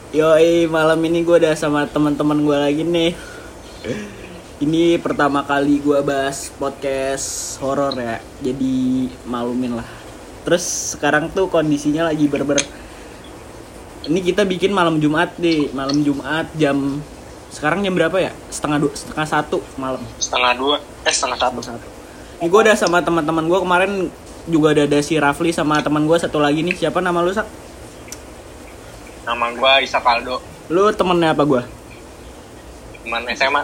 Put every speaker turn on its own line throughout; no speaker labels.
Yoi, malam ini gue udah sama teman-teman gue lagi nih. Ini pertama kali gue bahas podcast horor ya, jadi malumin lah. Terus sekarang tuh kondisinya lagi berber. Ini kita bikin malam Jumat deh, malam Jumat jam. Sekarang jam berapa ya? Setengah satu malam.
Setengah satu.
Ini gue udah sama teman-teman gue kemarin juga ada si Rafli sama teman gue satu lagi nih. Siapa nama lu, Sak?
Nama gue Isa Kaldo.
Lu temennya apa gue?
Teman SMA.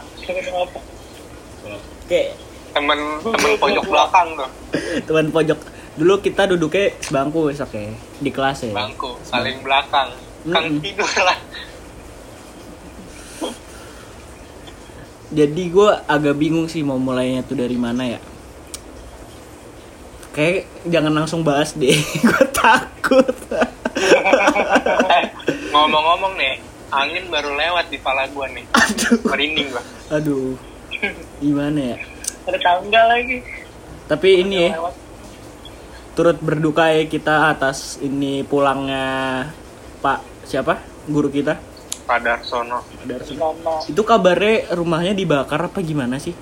Oke.
Temen pojok belakang tuh.
Teman pojok. Dulu kita duduknya sebangku Sak ya, di kelas ya.
Bangku, saling belakang. Kan tidur lah.
Jadi gue agak bingung sih mau mulainya tuh dari mana ya. Kayak jangan langsung bahas deh. Gue takut.
Ngomong-ngomong nih, angin baru lewat di pala gue nih. Merinding gue.
Aduh. Gimana ya?
Ada tangga lagi.
Tapi ini ya, turut berduka ya kita atas ini pulangnya Pak siapa? Guru kita.
Pak Darsono.
Itu kabarnya rumahnya dibakar apa gimana sih?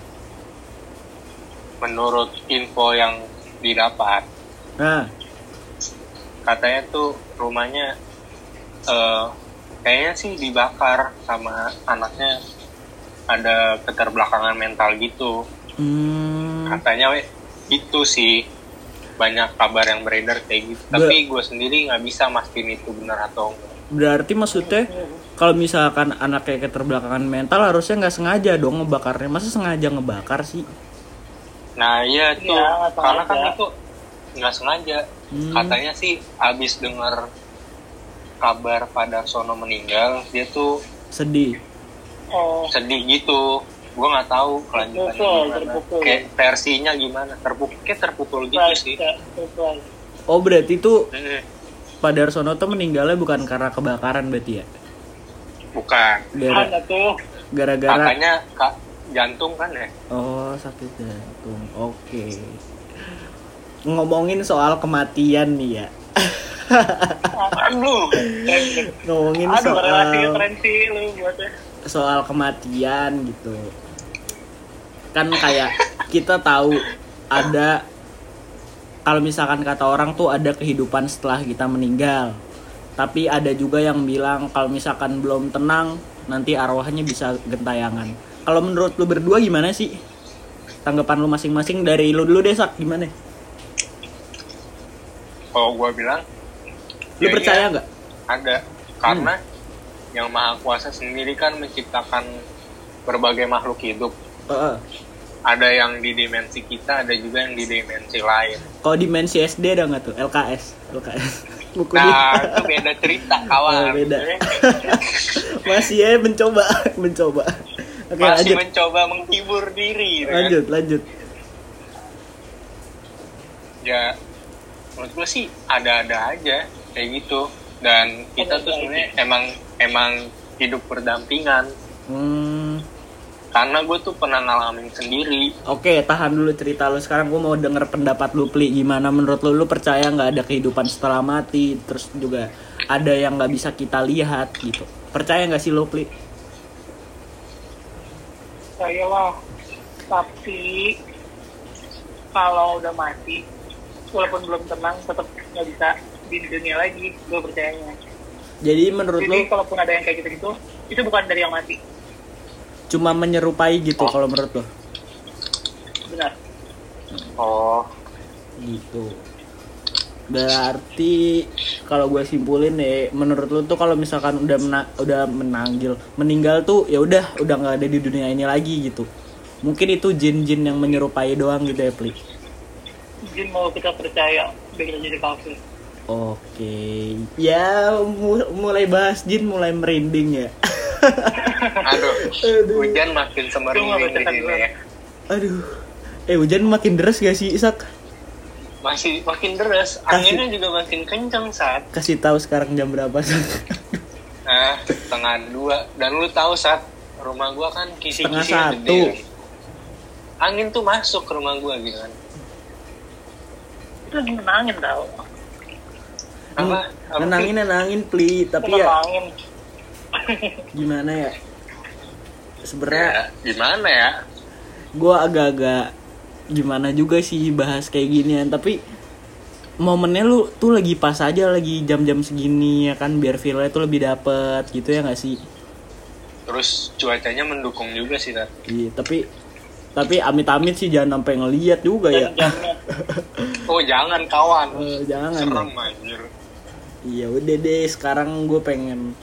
Menurut info yang didapat,
Nah,
katanya tuh rumahnya kayaknya sih dibakar sama anaknya, ada keterbelakangan mental gitu. Katanya itu sih banyak kabar yang beredar kayak gitu. Tapi gue sendiri nggak bisa mastiin itu benar atau enggak.
berarti maksudnya kalau misalkan anaknya keterbelakangan mental harusnya nggak sengaja dong ngebakarnya. Masa sengaja ngebakar sih?
Nah iya tuh,
Ya,
karena kan
sengaja.
itu nggak sengaja. Katanya sih abis dengar kabar Pak Darsono meninggal, dia tuh
Sedih.
Oh,
sedih gitu. Gue nggak tahu kelanjutannya gimana.
terpukul.
Kayak versinya gimana? Terpukul gitu sih.
Oh berarti tuh
Hmm,
Pak Darsono tuh meninggalnya bukan karena kebakaran berarti ya?
bukan.
ada tuh.
Gara-gara
Katanya jantung kan ya?
oh sakit jantung. Oke. Ngomongin soal kematian nih ya.
Aduh.
Ngomongin
Aduh, relasi
soal
keren sih lu buatnya.
soal kematian gitu. Kan kayak kita tahu ada, kalau misalkan kata orang tuh ada kehidupan setelah kita meninggal. Tapi ada juga yang bilang kalau misalkan belum tenang nanti arwahnya bisa gentayangan. Kalau menurut lu berdua gimana sih? Tanggapan lu masing-masing, dari lu dulu deh, Sak, gimana?
Oh, gue bilang.
Lu
ya
percaya
iya,
nggak?
ada. Karena yang Maha Kuasa sendiri kan menciptakan berbagai makhluk hidup. Ada yang di dimensi kita, ada juga yang di dimensi lain.
Kalau dimensi SD ada nggak tuh? LKS. Buku
Nah, itu beda cerita, kawan.
Oh, beda. Masih ya mencoba. Oke,
Masih
lanjut.
mencoba menghibur diri. Kan?
Lanjut.
Ya, menurut gue sih ada-ada aja kayak gitu. Dan kita tuh sebenarnya emang hidup berdampingan. Karena gue tuh pernah ngalamin sendiri.
Oke, tahan dulu cerita lu. Sekarang gue mau denger pendapat lu, Pli. Gimana menurut lu percaya nggak ada kehidupan setelah mati? Terus juga ada yang nggak bisa kita lihat gitu. Percaya nggak sih lu, Pli?
Saya lah. Tapi kalau udah mati, walaupun belum tenang, tetap nggak bisa di dunia lagi. Gue percayanya.
Jadi menurut lu
Jadi kalaupun ada yang kayak gitu, itu bukan dari yang mati.
cuma menyerupai gitu kalau menurut lu?
Benar.
Oh,
Gitu. Berarti kalau gue simpulin ya, menurut lu tuh kalau misalkan udah meninggal tuh ya udah nggak ada di dunia ini lagi gitu. Mungkin itu jin-jin yang menyerupai doang gitu ya, Pli.
Jin mau kita percaya, biar kita jadi kafir.
Oke. Ya mulai bahas jin mulai merinding ya.
aduh. Hujan makin semerinding di sini ya.
Aduh. Hujan makin deras gak sih, Isak?
Masih makin deras, anginnya juga makin kencang saat.
Kasih tahu sekarang jam berapa, Sak?
Nah, 1:30. Dan lu tahu saat rumah gua kan kisi-kisi
1:30.
gede. Angin tuh masuk ke rumah gua gitu kan.
Itu lagi menangin tau.
Apa?
Nenangin Pli, tapi ya
Menangin.
Gimana ya? Sebenarnya
Ya, gimana ya?
gue agak-agak gimana juga sih bahas kayak ginian, tapi momennya lu tuh lagi pas aja, lagi jam-jam segini ya kan, biar feel-nya tuh lebih dapet gitu ya nggak sih?
Terus cuacanya mendukung juga sih, Tat.
Iya, tapi amit-amit sih jangan sampai ngeliat juga ya.
Dan jamnya.
Oh, jangan kawan.
Jangan.
Serem anjir.
Iya udah deh, sekarang gue pengen.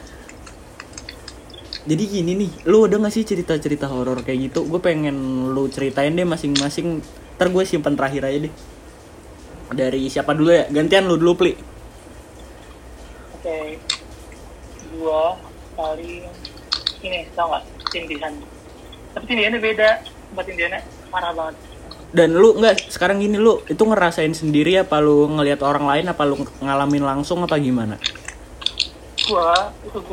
Jadi gini nih, lu ada gak sih cerita-cerita horor kayak gitu? Gue pengen lu ceritain deh masing-masing. Ntar gue simpen terakhir aja deh. Dari siapa dulu ya? Gantian lu dulu, Pli.
Oke. Gua paling ini, tau gak? Tindihan. Tapi tindihannya beda. Tempat tindihannya parah banget.
Dan lu nggak, sekarang gini, lu itu ngerasain sendiri apa lu ngelihat orang lain, apa lu ngalamin langsung apa gimana?
Gua.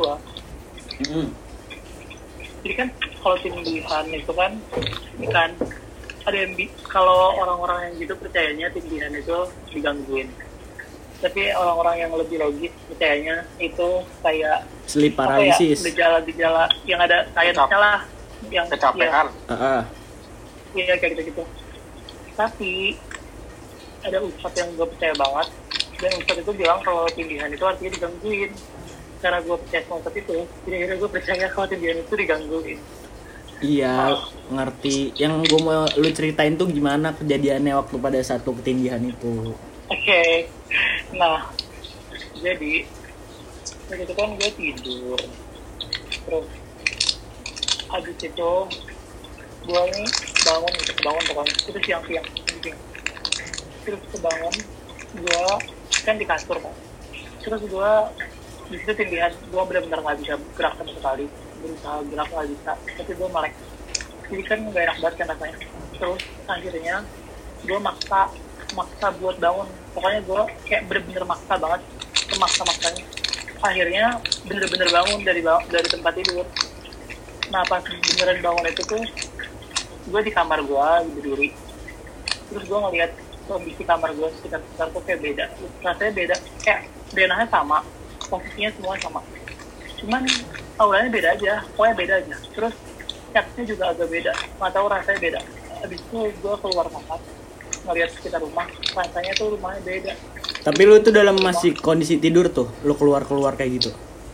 Hmm.
Jadi kan kalau tindihan itu kan ada yang kalau orang-orang yang gitu percayanya tindihan itu digangguin. Tapi orang-orang yang lebih logis percayanya itu kayak
Sleep paralysis.
gejala-gejala yang ada sainsnya lah, yang
Kecapean.
Iya kayak gitu-gitu. Tapi ada ustadz yang gue percaya banget, dan ustadz itu bilang kalau tindihan itu artinya digangguin. Karena gue percaya sama ustadz itu, jadi akhirnya gue percaya kalau tindihan itu digangguin.
Iya, ngerti. Yang gue mau lu ceritain tuh gimana kejadiannya waktu pada satu ketindihan itu.
Oke. Nah, jadi waktu itu kan gue tidur, terus habis itu gue nih bangun pokoknya itu siang-siang. Terus kebangun, gue kan di kasur kan, terus gue di situ tindihan, gue benar-benar nggak bisa gerak sama sekali, berusaha gerak nggak bisa, tapi gue melek, jadi kan nggak enak banget kan rasanya. Terus akhirnya gue maksa buat bangun, pokoknya gue kayak bener-bener maksa banget, maksa-maksanya. Akhirnya bener-bener bangun dari tempat tidur. Nah pas beneran bangun itu tuh, gue di kamar gue berdiri, terus gue ngeliat kondisi kamar gue sekitar tuh kayak beda, rasanya beda, kayak denahnya sama, posisinya semua sama, cuman auranya beda aja, pokoknya beda aja. Terus catnya juga agak beda, nggak tahu rasanya beda. Habis itu gue keluar kamar, ngeliat sekitar rumah, rasanya tuh rumahnya beda.
Tapi lu tuh dalam masih kondisi tidur tuh, lu keluar kayak gitu?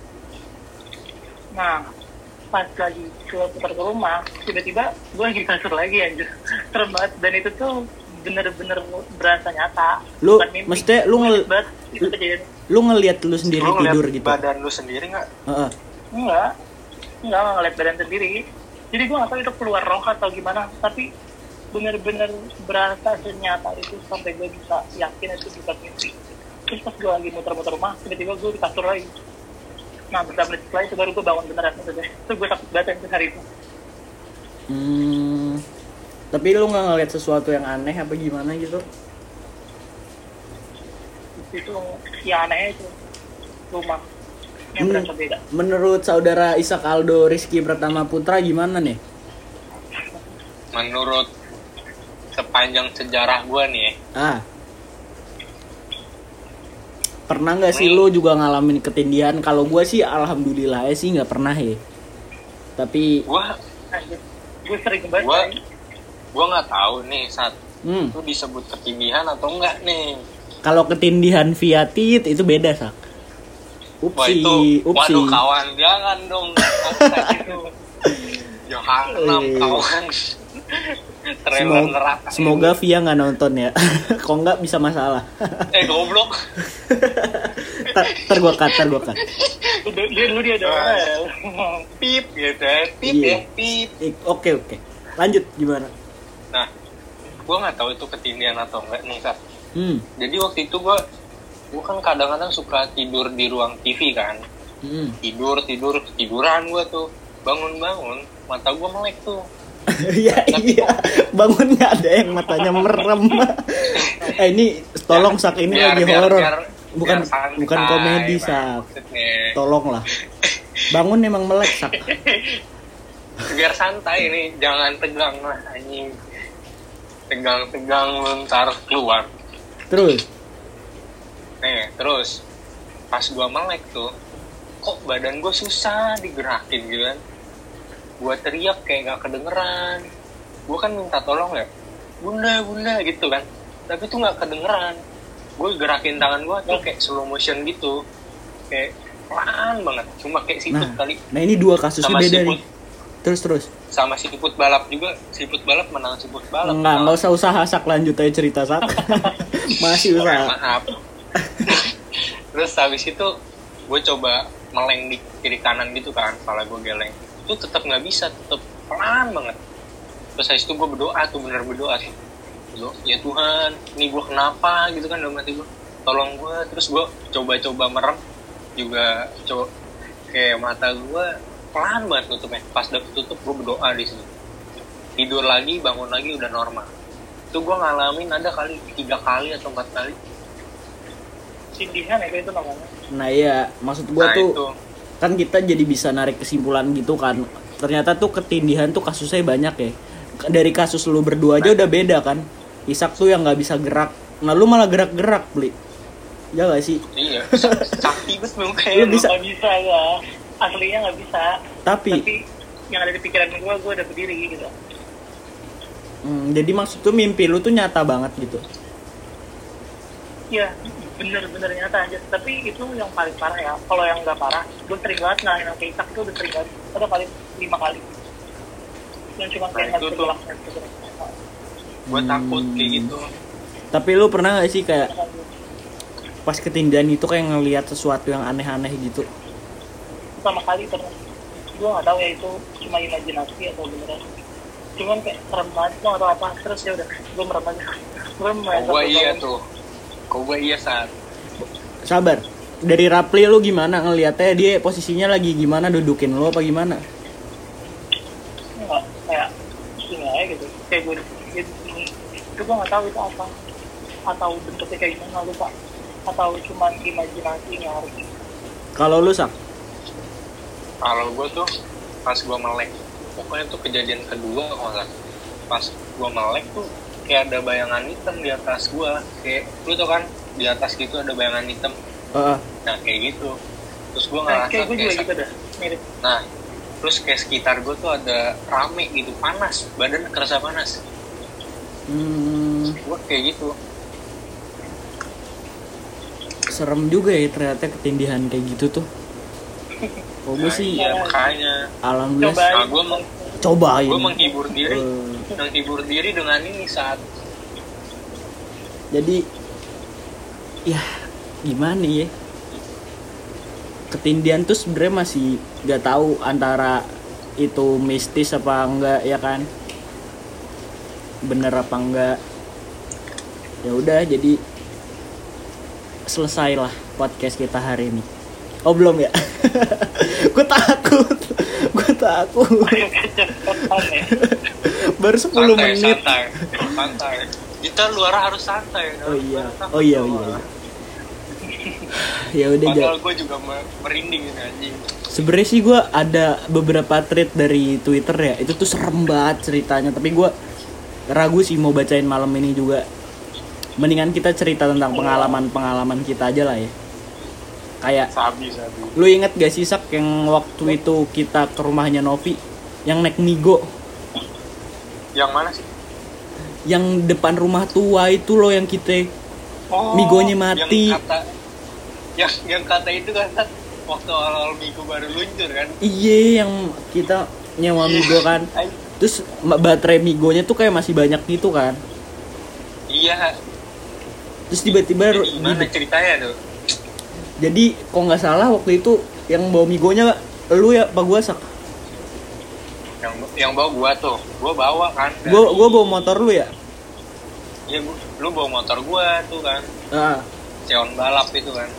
Nah pas lagi putar ke rumah, tiba-tiba gue lagi di kasur lagi anjir, serem banget. Dan itu tuh bener-bener berasa nyata,
lu
bukan mimpi.
maksudnya lu ngelihat lu sendiri
Lu ngeliat
tidur gitu?
badan lu sendiri nggak?
Enggak ngeliat badan sendiri. Jadi gue nggak tahu itu keluar roh atau gimana, tapi bener-bener berasa senyata itu sampai gue bisa yakin itu bukan mimpi. Terus pas gue lagi muter-muter rumah, tiba-tiba gue di kasur lagi. Nah beberapa menit setelah itu baru gue bangun beneran itu gue takut banget hari itu.
Tapi lu nggak ngeliat sesuatu yang aneh apa gimana gitu?
Itu yang anehnya itu rumah yang berasa beda.
Menurut saudara Ishak Aldo Rizky Pratama Putra gimana nih?
Menurut sepanjang sejarah gue nih,
pernah nggak sih lu juga ngalamin ketindihan? Kalau gue sih alhamdulillah sih nggak pernah ya. Tapi
gue sering banget.
Gue nggak tahu nih saat itu disebut ketindihan atau enggak nih.
Kalau ketindihan via tit itu beda Sak. Upsi.
Waduh kawan, jangan dong. Jangan kawan.
Semoga Via nggak nonton ya. Kok nggak bisa masalah.
Goblok.
Ntar gue cut.
Dia doang.
Pip gitu ya. Pip.
Oke. Lanjut gimana?
Nah, gue nggak tahu itu ketindihan atau enggak nih Kak. Jadi waktu itu gue kan kadang-kadang suka tidur di ruang TV kan. Tiduran gue tuh, bangun mata gue melek tuh.
Iya. Bangun nggak ada yang matanya merem. Ini tolong Sak, ini lagi horor. Bukan komedi Sak. Tolong lah. Bangun emang melek Sak.
Biar santai nih, jangan tegang lah anjing. Tegang ntar keluar.
Terus
pas gua melek tuh kok badan gue susah digerakin gitu kan. Gue teriak kayak gak kedengeran. Gue kan minta tolong ya, bunda gitu kan, tapi tuh gak kedengeran. Gue gerakin tangan gue tuh kayak slow motion gitu, kayak pelan banget, cuma kayak siput kali.
Nah ini dua kasusnya sama beda siput, nih. Terus
sama siput balap juga, siput balap menang siput balap.
Nggak usah usaha Sak, lanjut aja cerita Sak. Masih usaha.
Maaf. Terus habis itu gue coba meleng di kiri kanan gitu kan, kepala gue geleng, itu tetap nggak bisa, tetap pelan banget. Terus habis itu gue berdoa tuh, bener berdoa tuh, ya Tuhan, ini gue kenapa gitu kan dalam hati gue, tolong gue. Terus gue coba merem juga, kayak mata gue pelan banget nutupnya. Pas udah tutup gue berdoa di sini, tidur lagi, bangun lagi udah normal. Itu gue ngalamin ada kali 3 kali atau 4 kali.
Tindihan ya itu namanya.
Nah iya, maksud gue tuh itu. Kan kita jadi bisa narik kesimpulan gitu kan, ternyata tuh ketindihan tuh kasusnya banyak ya. Dari kasus lu berdua aja udah beda kan. Isak tuh yang nggak bisa gerak, nah lu malah gerak Bli, ya nggak sih?
Iya, sakti banget lu kayak
lu bisa ya, aslinya nggak bisa.
Tapi
yang ada di pikiran gue udah berdiri gitu.
Jadi maksud tuh mimpi lu tuh nyata banget gitu?
Iya, bener-bener nyata aja. Tapi itu yang paling parah ya. Kalau yang nggak parah, gue sering banget ngalamin kayak Isak itu udah sering banget. Ada kali 5 kali. Yang cuma kayak nggak bergerak.
Gue takut kayak gitu.
Tapi lu pernah nggak sih kayak pas ketindihan itu kayak ngelihat sesuatu yang aneh-aneh gitu?
Pertama kali pernah. Gue nggak tahu ya itu cuma imajinasi atau beneran. Cuman kayak serem banget, gue nggak tahu apa. Terus ya udah, gue merem aja.
Gue iya tuh. Kok gue iya saat.
Sabar. Dari Rapli lu gimana ngelihatnya, dia posisinya lagi gimana, dudukin lu apa gimana?
Enggak, kayak gini aja gitu. Kayak gue gitu. Itu gue nggak tahu itu apa. Atau bentuknya kayak gimana, lupa. Atau cuma imajinasi yang harus.
Kalau lu Sak?
Kalau gue tuh pas gue melek, pokoknya tuh kejadian kedua kalau pas gue melek tuh kayak ada bayangan hitam di atas gue, kayak lu tau kan di atas gitu ada bayangan hitam. Nah kayak gitu. Terus gue ngerasa
kayak gue juga gitu dah, mirip.
Nah terus kayak sekitar gue tuh ada rame gitu, panas, badan kerasa panas. Gue kayak gitu.
Serem juga ya ternyata ketindihan kayak gitu tuh. Oh gue sih
ya, makanya
alhamdulillah
gue
cobain.
Gue menghibur diri dengan ini saat.
Jadi ya gimana ya, ketindihan tuh sebenarnya masih nggak tahu antara itu mistis apa enggak ya kan, bener apa enggak. Ya udah, jadi selesailah podcast kita hari ini. Oh belum ya? Gue takut. Baru 10 menit.
Santai. Kita luar harus santai.
Oh iya. Ya udah.
Padahal gue juga merinding ini anjing.
Sebenarnya sih gue ada beberapa tweet dari Twitter ya, itu tuh serem banget ceritanya. Tapi gue ragu sih mau bacain malam ini juga. Mendingan kita cerita tentang pengalaman kita aja lah ya. Kayak
sabi.
Lu inget gak sih Sak yang waktu itu kita ke rumahnya Novi yang naik Migo?
Yang mana sih?
Yang depan rumah tua itu loh, yang kita Migonya mati.
Yang kata itu kan waktu awal Migo baru luncur kan?
Iya, yang kita nyewa Migo kan. Terus baterai Migonya tuh kayak masih banyak gitu kan?
Iya.
Terus tiba-tiba
gimana ceritanya tuh?
Jadi kok nggak salah waktu itu yang bawa Migonya lu ya, apa gua Sak?
Yang bawa gua tuh, gua bawa kan.
Gua bawa motor lu ya?
Iya, lu bawa motor gua tuh kan. Ceon balap itu kan.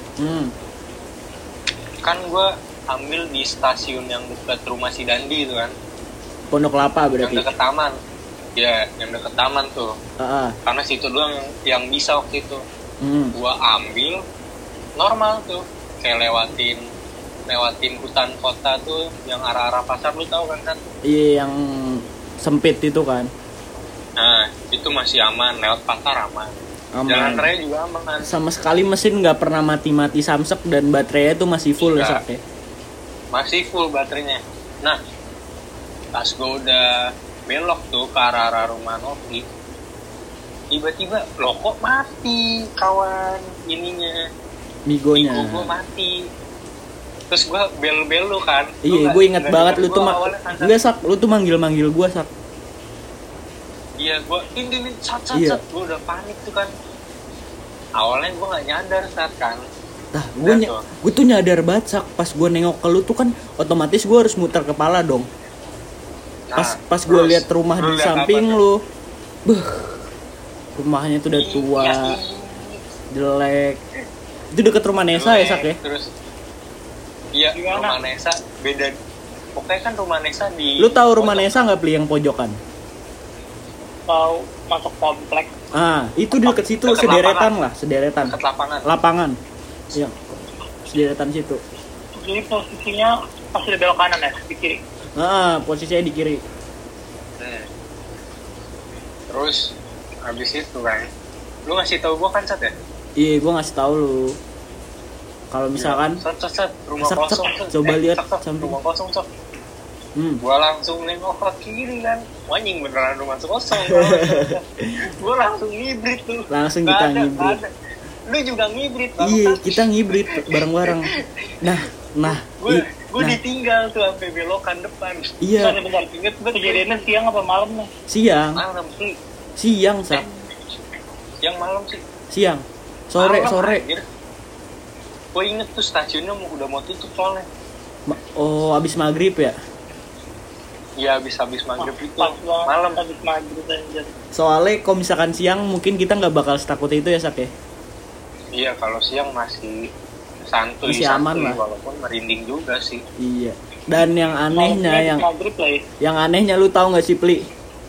Kan gua ambil di stasiun yang dekat rumah si Dandi itu kan.
Pondok Kelapa berarti.
Yang dekat taman. Ya, yang dekat taman tuh. Karena situ doang yang bisa waktu itu. Gua ambil normal tuh, kayak lewatin hutan kota tuh yang arah-arah pasar, lu tahu kan?
Iya, yang sempit itu kan.
Nah itu masih aman, lewat pasar aman. Jalan raya juga aman.
Sama sekali mesin nggak pernah mati samsek dan baterainya tuh masih full ya Sak ya?
masih full baterainya. Nah, pas gue udah belok tuh ke arah rumah Novi, tiba-tiba loh kok mati kawan ininya,
Migonya.
Migo gue mati. Terus gue belu kan.
Iya, gue inget banget lu tuh enggak Sak, lu tuh manggil gue Sak.
Iya, gue ini sat
Iya.
gue udah panik tuh kan. Awalnya gue nggak nyadar saat kan.
Nah, gue tuh nyadar banget Sak, pas gue nengok ke lu tuh kan otomatis gue harus muter kepala dong. Pas gue lihat rumah di samping lu, rumahnya tuh udah tua, jelek. Itu deket rumah Nesa ya Sak ya?
Terus, iya rumah Nesa beda. Pokoknya kan rumah Nesa di.
Lu tahu rumah Nesa nggak Pli yang pojokan?
Tahu, masuk komplek.
Itu di deket situ, sederetan.
Deket
Lapangan. Iya, sederetan situ.
Jadi posisinya pas udah belok kanan ya, di kiri.
Posisinya di kiri.
Terus habis itu kan, lu ngasih tahu gua kan Sat ya?
Iya, gua ngasih tahu lu. Kalau misalkan
Sat, rumah kosong.
Coba lihat
rumah kosong Sat. Gua langsung nengok ke kiri kan, anjing beneran rumah kosong. Gua langsung ngibrit tuh.
Langsung kita ngibrit.
Lu juga ngibrit.
Iya, kita ngibrit bareng-bareng. Nah,
gue ditinggal tuh sampai belokan depan.
Iya.
Bentar, inget gue kejadiannya siang apa malam nih?
Siang Sak.
Siang malam sih.
Siang. Sore.
Gue inget tuh stasiunnya udah mau tutup soalnya.
Abis maghrib ya?
Iya, habis maghrib itu.
Malam habis maghrib aja.
Soalnya kalau misalkan siang mungkin kita nggak bakal setakut itu ya Sak ya?
Iya, kalau siang masih santuy,
masih aman lah.
Walaupun merinding juga sih.
Iya. Dan yang anehnya yang anehnya lu tahu nggak sih Pli?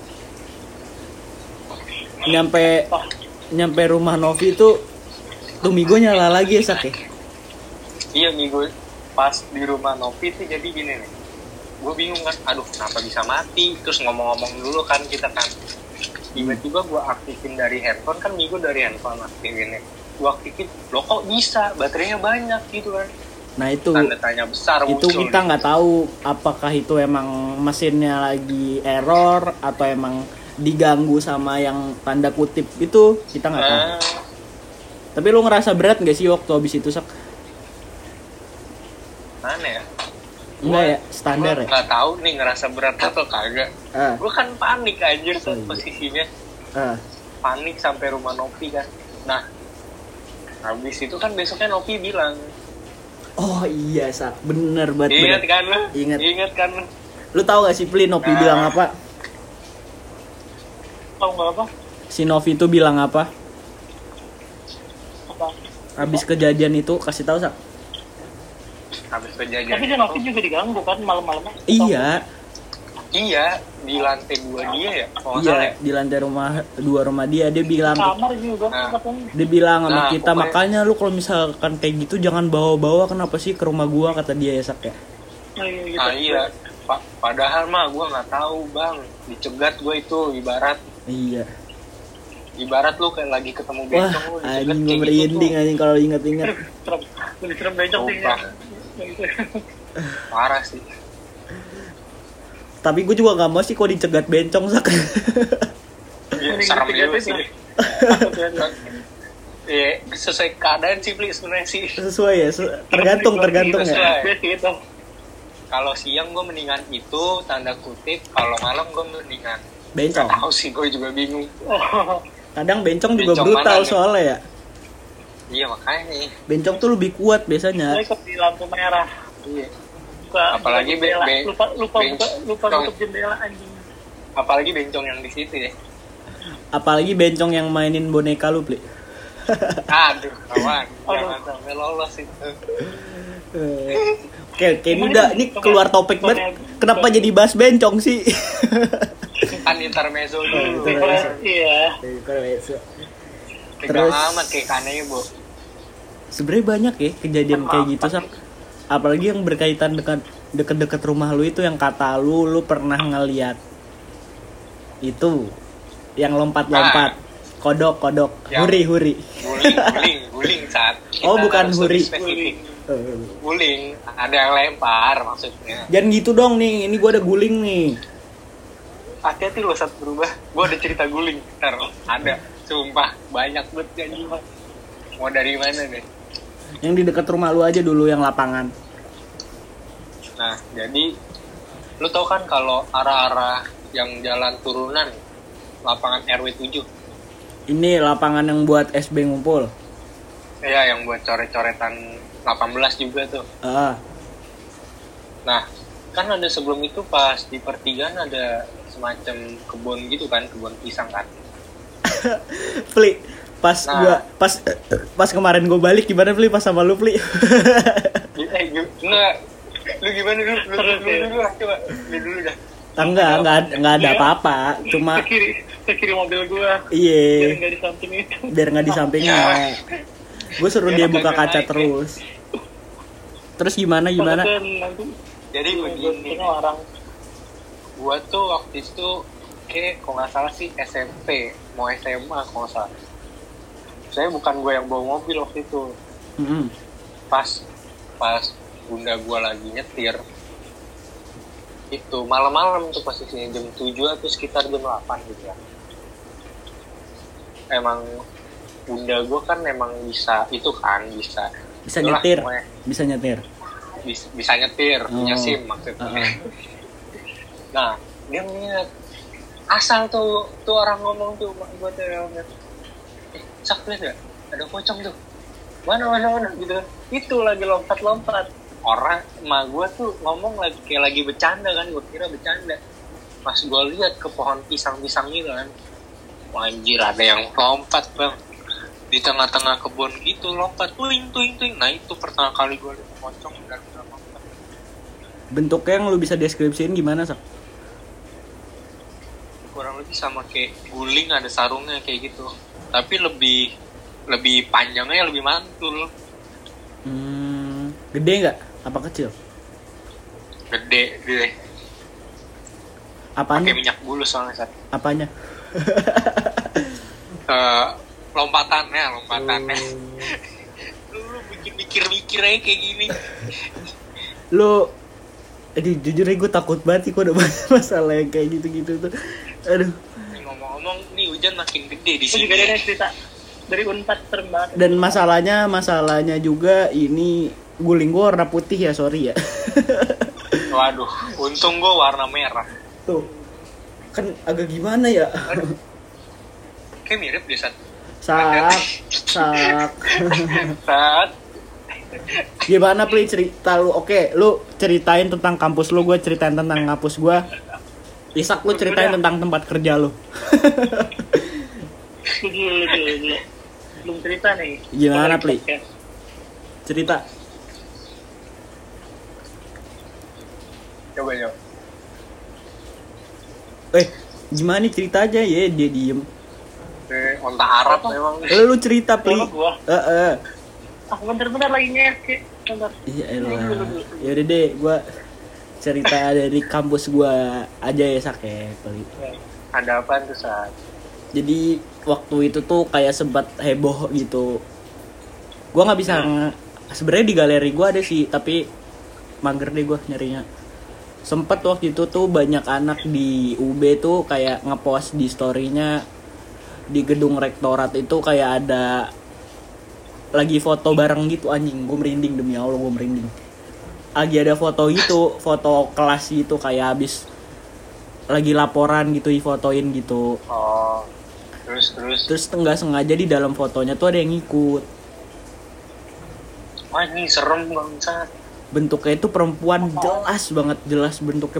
Nyampe rumah Novi tuh Migo nyala lagi ya Sak ya?
Iya, Migo pas di rumah Novi tuh jadi gini nih. Gue bingung kan, aduh kenapa bisa mati? Terus ngomong-ngomong dulu kan kita kan. Tiba-tiba gue aktifin dari handphone kan, Migo dari handphone aktifinnya. Gue aktifin, loh kok bisa? Baterainya banyak gitu kan.
Nah itu
tanda tanya besar
itu
muncul.
Kita nggak tahu apakah itu emang mesinnya lagi error atau emang diganggu sama yang tanda kutip itu, kita nggak tahu. Tapi lu ngerasa berat nggak sih waktu habis itu Sak?
Mana ya?
Enggak ya, standar ya?
Nggak tahu nih ngerasa berat atau kagak. Gue kan panik aja posisinya. Panik sampai rumah Novi kan. Nah, habis itu kan besoknya Novi bilang. Oh
iya Sak, bener banget.
Ingat kan lu?
Ingat
kan lu?
Lu tahu gak sih Pli Novi bilang apa?
Tahu nggak apa?
Si Novi itu bilang apa? Habis kejadian itu kasih tahu Sak.
Habis kejadian.
Tapi Novi juga diganggu kan malam-malamnya?
Iya, di lantai 2 dia ya.
Di lantai rumah dia bilang.
Kamar juga.
Dia bilang sama kita, makanya lu kalau misalkan kayak gitu jangan bawa-bawa, kenapa sih ke rumah gua, kata dia ya Sak ya.
Iya. Padahal mah gua nggak tahu bang, dicegat gua itu ibarat.
Iya.
Ibarat lu kayak lagi ketemu bencong lu dicegat.
Anjing gue merinding anjing kalau inget-inget.
Lebih serem bencong sih.
Parah sih.
Tapi gue juga gak mau sih kok dicegat bencong Sak.
Iya, serem juga sih. Iya, sesuai keadaan sih Pli sebenarnya sih.
Sesuai ya, tergantung ya.
Kalau siang gue mendingan itu tanda kutip, kalau malam gue mendingan
bencong.
Tahu sih, gue juga bingung.
Kadang bencong juga brutal soalnya ya.
Iya makanya.
Bencong tuh lebih kuat biasanya.
Ikut di lampu merah.
Iya. Apalagi
lupa tutup jendela anjing.
Apalagi bencong yang di situ ya.
Apalagi bencong yang mainin boneka lu Pli.
Aduh kawan, jangan sampai lolos itu.
Oke, ini keluar topik banget. Kenapa jadi bahas bencong sih?
Kan intermezzo dulu.
Iya.
Terus amat kayak kanenya bu.
Sebenarnya banyak ya kejadian kayak gitu Sak. Apalagi yang berkaitan dengan deket-deket rumah lu itu, yang kata lu pernah ngeliat itu yang lompat-lompat, kodok,
yang
huri.
Guling saat.
Oh bukan huri.
Guling, ada yang lempar maksudnya.
Jangan gitu dong nih, ini gue ada guling nih.
Hati-hati lo saat berubah. Gue ada cerita guling. Ntar ada, sumpah banyak banget janji. Mau dari mana deh?
Yang di dekat rumah lu aja dulu, yang lapangan.
Nah, jadi lu tau kan kalau arah-arah yang jalan turunan lapangan RW 7.
Ini lapangan yang buat SB ngumpul.
Iya, yang buat coret-coretan 18 juga tuh. Nah, kan ada sebelum itu pas di pertigaan ada semacam kebun gitu kan, kebun pisang kan.
Pli, pas kemarin gue balik gimana Pli pas sama lu Pli?
Enggak. Lu gimana dulu? Lu coba. Lu dulu dah.
Enggak ada apa-apa, cuma
ke kiri mobil gua.
Iya.
Biar nggak di samping itu.
Biar nggak di sampingnya. Gue suruh dia buka kaca terus. Terus gimana?
Jadi begini. Gua tuh waktu itu kayak kalau nggak salah sih SMP, mau SMA kalau nggak salah. Saya bukan gue yang bawa mobil waktu itu. Pas bunda gue lagi nyetir, itu malam-malam tuh posisinya jam 7 atau sekitar jam 8 gitu ya. Emang bunda gue kan emang bisa itu kan, bisa
nyetir. Bisa nyetir,
punya SIM maksudnya. Nah, dia ngeliat asal tuh orang ngomong tuh, mak gue tuh ngeliat, sak liat gak? Ada pocong tuh. Mana gitu. Itu lagi lompat-lompat. Orang emak gue tuh ngomong kayak lagi bercanda kan, gue kira bercanda. Pas gue lihat ke pohon pisang-pisang gitu kan, anjir ada yang lompat bang di tengah-tengah kebun gitu, lompat tuing. Nah itu pertama kali gue lihat pocong dan lompat.
Bentuknya yang lu bisa deskripsiin gimana Sak?
Kurang lebih sama kayak guling, ada sarungnya kayak gitu, tapi lebih panjangnya, lebih mantul.
Gede nggak? Apa kecil?
Gede.
Apanya?
Pakai minyak bulu soalnya saat.
Apanya?
Lompatannya. Lu bikin mikir aja kayak gini.
Lu, jujur aja gue takut banget sih, kok ada masalah yang kayak gitu-gitu tuh. Aduh.
Ngomong-ngomong, nih hujan makin gede di sini.
Juga ada cerita dari Unpad serem banget.
Dan masalahnya juga ini guling gue warna putih ya, sorry ya.
Waduh, untung gue warna merah.
Tuh, kan agak gimana ya?
Kayak mirip deh Sat.
Sak. Gimana Pli cerita lu? Oke, lu ceritain tentang kampus lu, gue ceritain tentang kampus gue. Isak, lu ceritain tentang tempat kerja lu.
Gila. Belum cerita nih.
Gimana Pli? Cerita.
Coba.
Gimana nih cerita aja ya, dia diem.
Onta Arab memang.
Lu cerita Pli.
Bentar lagi ngekek.
Iya elah. Ya udah deh, gue cerita dari kampus gue aja ya Sak ya Pli.
Ada apa tuh Sak?
Jadi waktu itu tuh kayak sempat heboh gitu. Gue nggak bisa sebenarnya di galeri gue ada sih, tapi mager deh gue nyarinya. Sempet waktu itu tuh banyak anak di UB tuh kayak ngepost di story-nya di gedung rektorat itu kayak ada lagi foto bareng gitu, anjing gue merinding, demi Allah gue merinding. Lagi ada foto gitu, foto kelas gitu kayak habis lagi laporan gitu, difotoin gitu.
Oh, terus
nggak sengaja di dalam fotonya tuh ada yang ngikut.
Wah ini serem banget.
Bentuknya itu perempuan, jelas bentuknya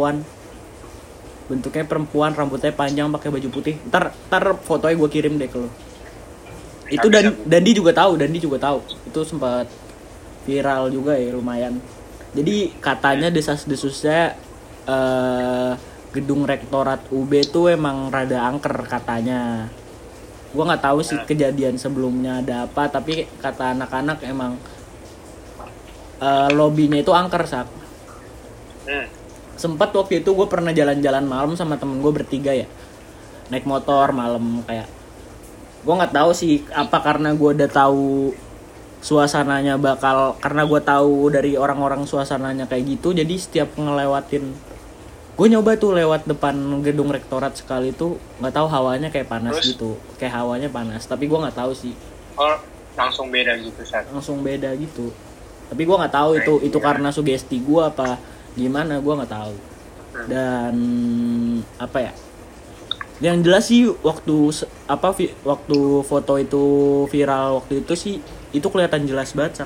perempuan, rambutnya panjang, pakai baju putih. Ntar fotonya gue kirim deh ke lo. Itu Dandi juga tahu itu sempat viral juga ya, lumayan. Jadi katanya desas-desusnya gedung rektorat UB tuh emang rada angker katanya. Gue nggak tahu sih kejadian sebelumnya ada apa, tapi kata anak-anak emang lobbynya itu angker Sak. Sempet waktu itu gue pernah jalan-jalan malam sama temen gue bertiga ya, naik motor malam kayak. Gue nggak tahu sih apa karena gue udah tahu suasananya bakal, karena gue tahu dari orang-orang suasananya kayak gitu, jadi setiap ngelewatin, gue nyoba tuh lewat depan gedung rektorat sekali tuh, nggak tahu hawanya kayak panas. Terus? Gitu, kayak hawanya panas, tapi gue nggak tahu sih.
Oh, langsung beda gitu saat.
Langsung beda gitu, tapi gue nggak tahu itu karena sugesti gue apa gimana, gue nggak tahu. Dan apa ya, yang jelas sih waktu foto itu viral waktu itu sih, itu kelihatan jelas banget.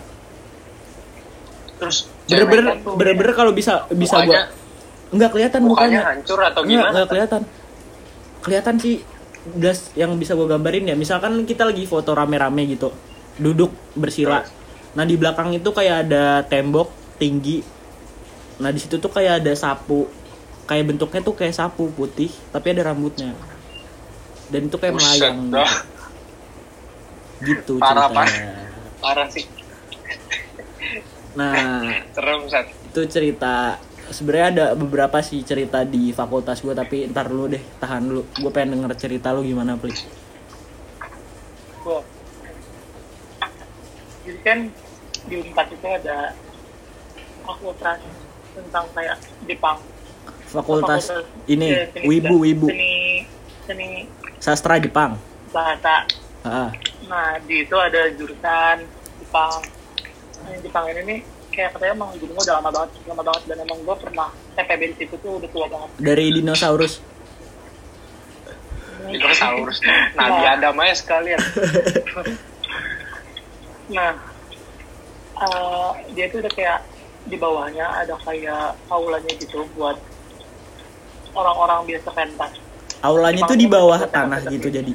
Terus
bener-bener kalau bisa gue nggak kelihatan mukanya
hancur atau gimana?
Nggak kelihatan sih jelas. Yang bisa gue gambarin ya, misalkan kita lagi foto rame-rame gitu, duduk bersila. Nah di belakang itu kayak ada tembok tinggi. Nah di situ tuh kayak ada sapu, kayak bentuknya tuh kayak sapu putih tapi ada rambutnya, dan itu kayak melayang gitu ceritanya.
Parah sih.
Nah
serem Sat.
Itu cerita, sebenarnya ada beberapa sih cerita di fakultas gue, tapi ntar dulu deh, tahan dulu, gue pengen denger cerita lu gimana, Pli.
Jadi kan di Unpad itu ada fakultas tentang kayak Jepang.
Fakultas ini wibu
seni
sastra Jepang,
bahasa.
Nah
di itu ada jurusan Jepang. Nah, Jepang ini nih kayak katanya emang gedungnya udah lama banget, dan emang gue pernah TPB di situ tuh udah tua banget.
Dari dinosaurus.
Nabi Adam aja sekalian.
Nah dia tuh udah kayak di bawahnya ada kayak aulanya gitu buat orang-orang biasa pentas.
Aulanya itu di bawah tanah gitu jadi.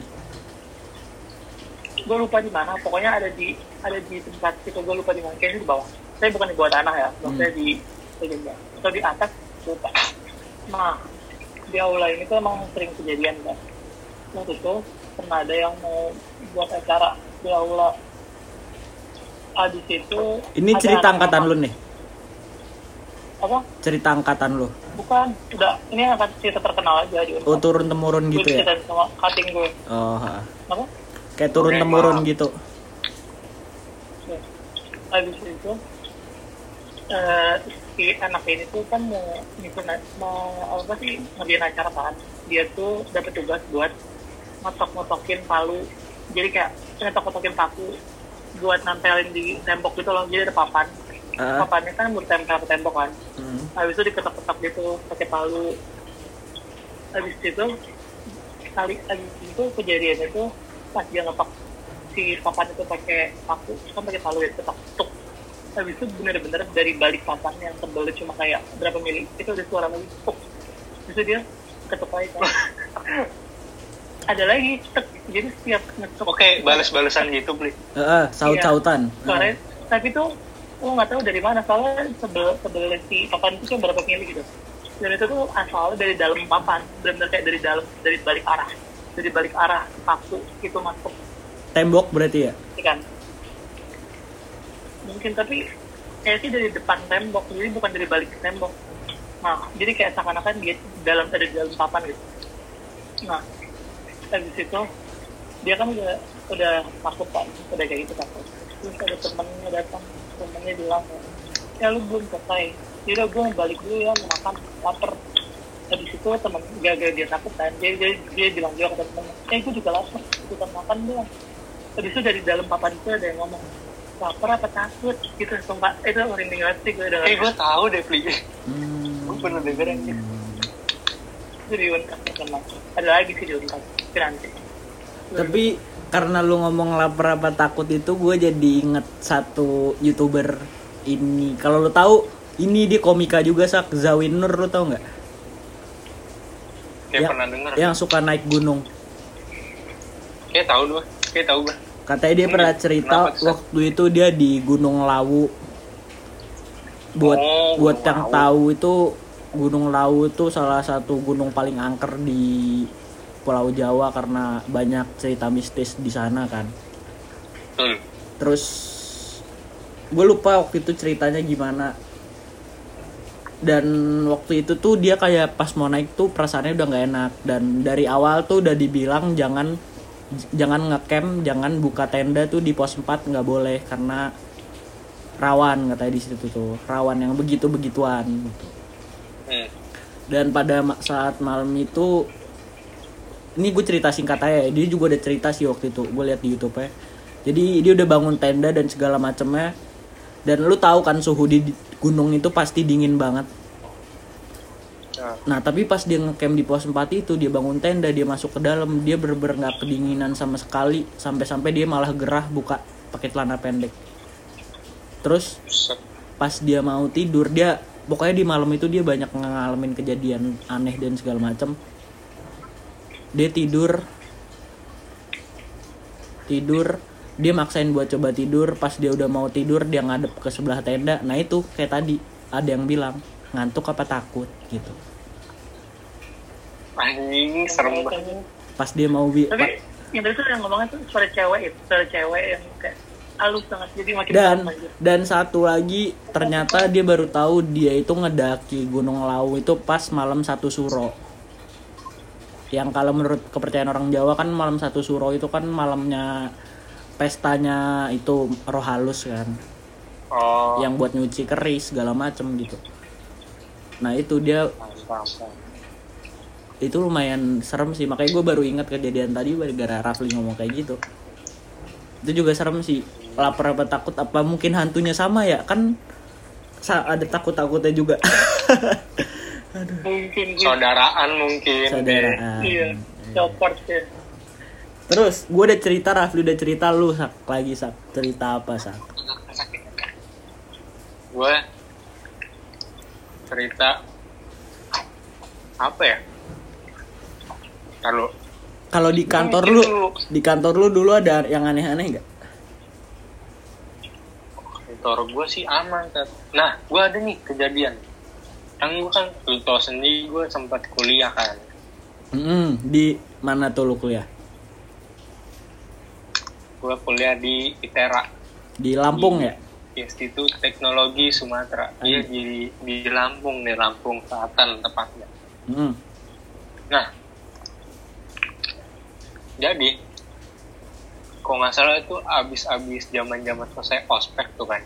Gue lupa di mana, pokoknya ada di tempat itu, gue lupa di mana, kayaknya di bawah. Saya bukan di bawah tanah ya, maksudnya di atau di atas, lupa. Nah di aula ini tuh emang sering kejadian kan. Waktu itu pernah ada yang mau buat acara di aula. Abis itu
ini cerita angkatan lu nih?
Apa?
Cerita angkatan lu?
Bukan, udah, ini angkat cerita terkenal aja di Unpad.
Oh, turun temurun gitu ya?
Gue sama cutting gue.
Oh,
apa?
Kayak turun temurun gitu.
Habis itu si anak ini tuh kan mau apa sih, ngerjain acara kan. Dia tuh dapat tugas buat ngotok-ngotokin palu. Jadi kayak ngotok-ngotokin paku buat nempelin di tembok gitu loh. Jadi ada papan. Papannya kan bertempel ke tembok kan. Habis itu diketok-ketok gitu pakai palu. Habis itu kejadiannya tuh pas dia ngetok si papan itu pakai paku, kan pakai palu ya, ketok-ketok. Habis itu bener-bener dari balik papan yang tebelnya cuma kayak berapa mili, itu ada suara lagi, tuk. Habis itu dia ketok lagi kan. Ada lagi, tek. Jadi setiap ngetok.
Oke, balas-balasan gitu, Bli.
Saut-sautan.
Suaranya, tapi tuh nggak tahu dari mana, soalnya sebel si papan itu cuma berapa mili gitu. Dan itu tuh asalnya dari dalam papan, bener-bener kayak dari balik arah paku itu masuk
tembok berarti ya?
Kan mungkin, tapi kayak sih dari depan tembok, jadi bukan dari balik tembok. Nah jadi kayak seakan-akan dia ada di dalam papan gitu. Nah habis itu dia kan udah takut kan, udah kayak gitu takut. Terus ada temennya datang, temennya bilang, ya lu belum selesai, yaudah gue mau balik dulu ya, mau makan, lapar. Habis itu temen gara-gara dia takut kan, dia bilang juga ke temen, gue juga lapar, ikutan makan doang. Habis itu dari dalam papan itu ada yang ngomong, lapar apa takut gitu, sumpah itu merinding banget sih gue udah.
Gue tahu deh Pli. Gue pernah dengerin gitu.
Itu di Unpad memang ada lagi sih di Unpad nanti.
Tapi karena lu ngomong lapar apa takut itu, gue jadi inget satu YouTuber ini. Kalau lu tahu, ini dia komika juga, Zawin Nur, lu tahu nggak?
Kayak pernah denger.
Yang suka naik gunung.
Kayak tahu gue.
Katanya dia pernah cerita waktu itu dia di Gunung Lawu. Buat yang tahu itu, Gunung Lawu itu salah satu gunung paling angker di Pulau Jawa karena banyak cerita mistis di sana kan. Terus gue lupa waktu itu ceritanya gimana. Dan waktu itu tuh dia kayak pas mau naik tuh perasaannya udah nggak enak, dan dari awal tuh udah dibilang jangan jangan ngecamp, jangan buka tenda tuh di pos 4, nggak boleh karena rawan katanya di situ tuh, rawan yang begituan gitu. Dan pada saat malam itu, ini gue cerita singkat aja ya, dia juga udah cerita sih waktu itu, gue lihat di YouTube ya. Jadi dia udah bangun tenda dan segala macamnya, dan lu tahu kan suhu di gunung itu pasti dingin banget. Nah tapi pas dia ngecamp di pos 4 itu, dia bangun tenda, dia masuk ke dalam, dia bener-bener gak kedinginan sama sekali, sampai dia malah gerah buka pakai celana pendek. Terus pas dia mau tidur, dia pokoknya di malam itu dia banyak ngalamin kejadian aneh dan segala macam. Dia tidur, dia maksain buat coba tidur. Pas dia udah mau tidur, dia ngadep ke sebelah tenda. Nah itu kayak tadi ada yang bilang, ngantuk apa takut gitu.
Anjing, serem banget.
Pas dia mau
tapi yang tadi tuh yang ngomongnya tuh suara cewek yang kayak halus banget, jadi makin
dan satu lagi ternyata dia baru tahu dia itu ngedaki Gunung Lawu itu pas malam 1 Suro. Yang kalau menurut kepercayaan orang Jawa kan malam 1 Suro itu kan malamnya pestanya itu roh halus kan. Yang buat nyuci keris segala macem gitu. Nah itu dia itu lumayan serem sih, makanya gue baru ingat kejadian tadi gara-gara Rafli ngomong kayak gitu. Itu juga serem sih. Lapar apa takut, apa mungkin hantunya sama ya kan, ada takut-takutnya juga.
Mungkin saudaraan
iya, support ya.
Terus gue udah cerita, Rafli udah cerita, lu lagi cerita apa Sak?
Gue cerita apa ya?
Kalau di kantor lu dulu ada yang aneh-aneh nggak?
Kantor gue sih aman kan. Nah, gue ada nih kejadian. Kan gue kan lu tau sendiri, gue sempat kuliah kan.
Di mana tuh lu kuliah?
Gue kuliah di ITERA.
Di Lampung ya?
Institut Teknologi Sumatera. Iya di Lampung, di Lampung Selatan tepatnya. Nah, jadi kok nggak salah itu abis zaman selesai ospek tuh kan.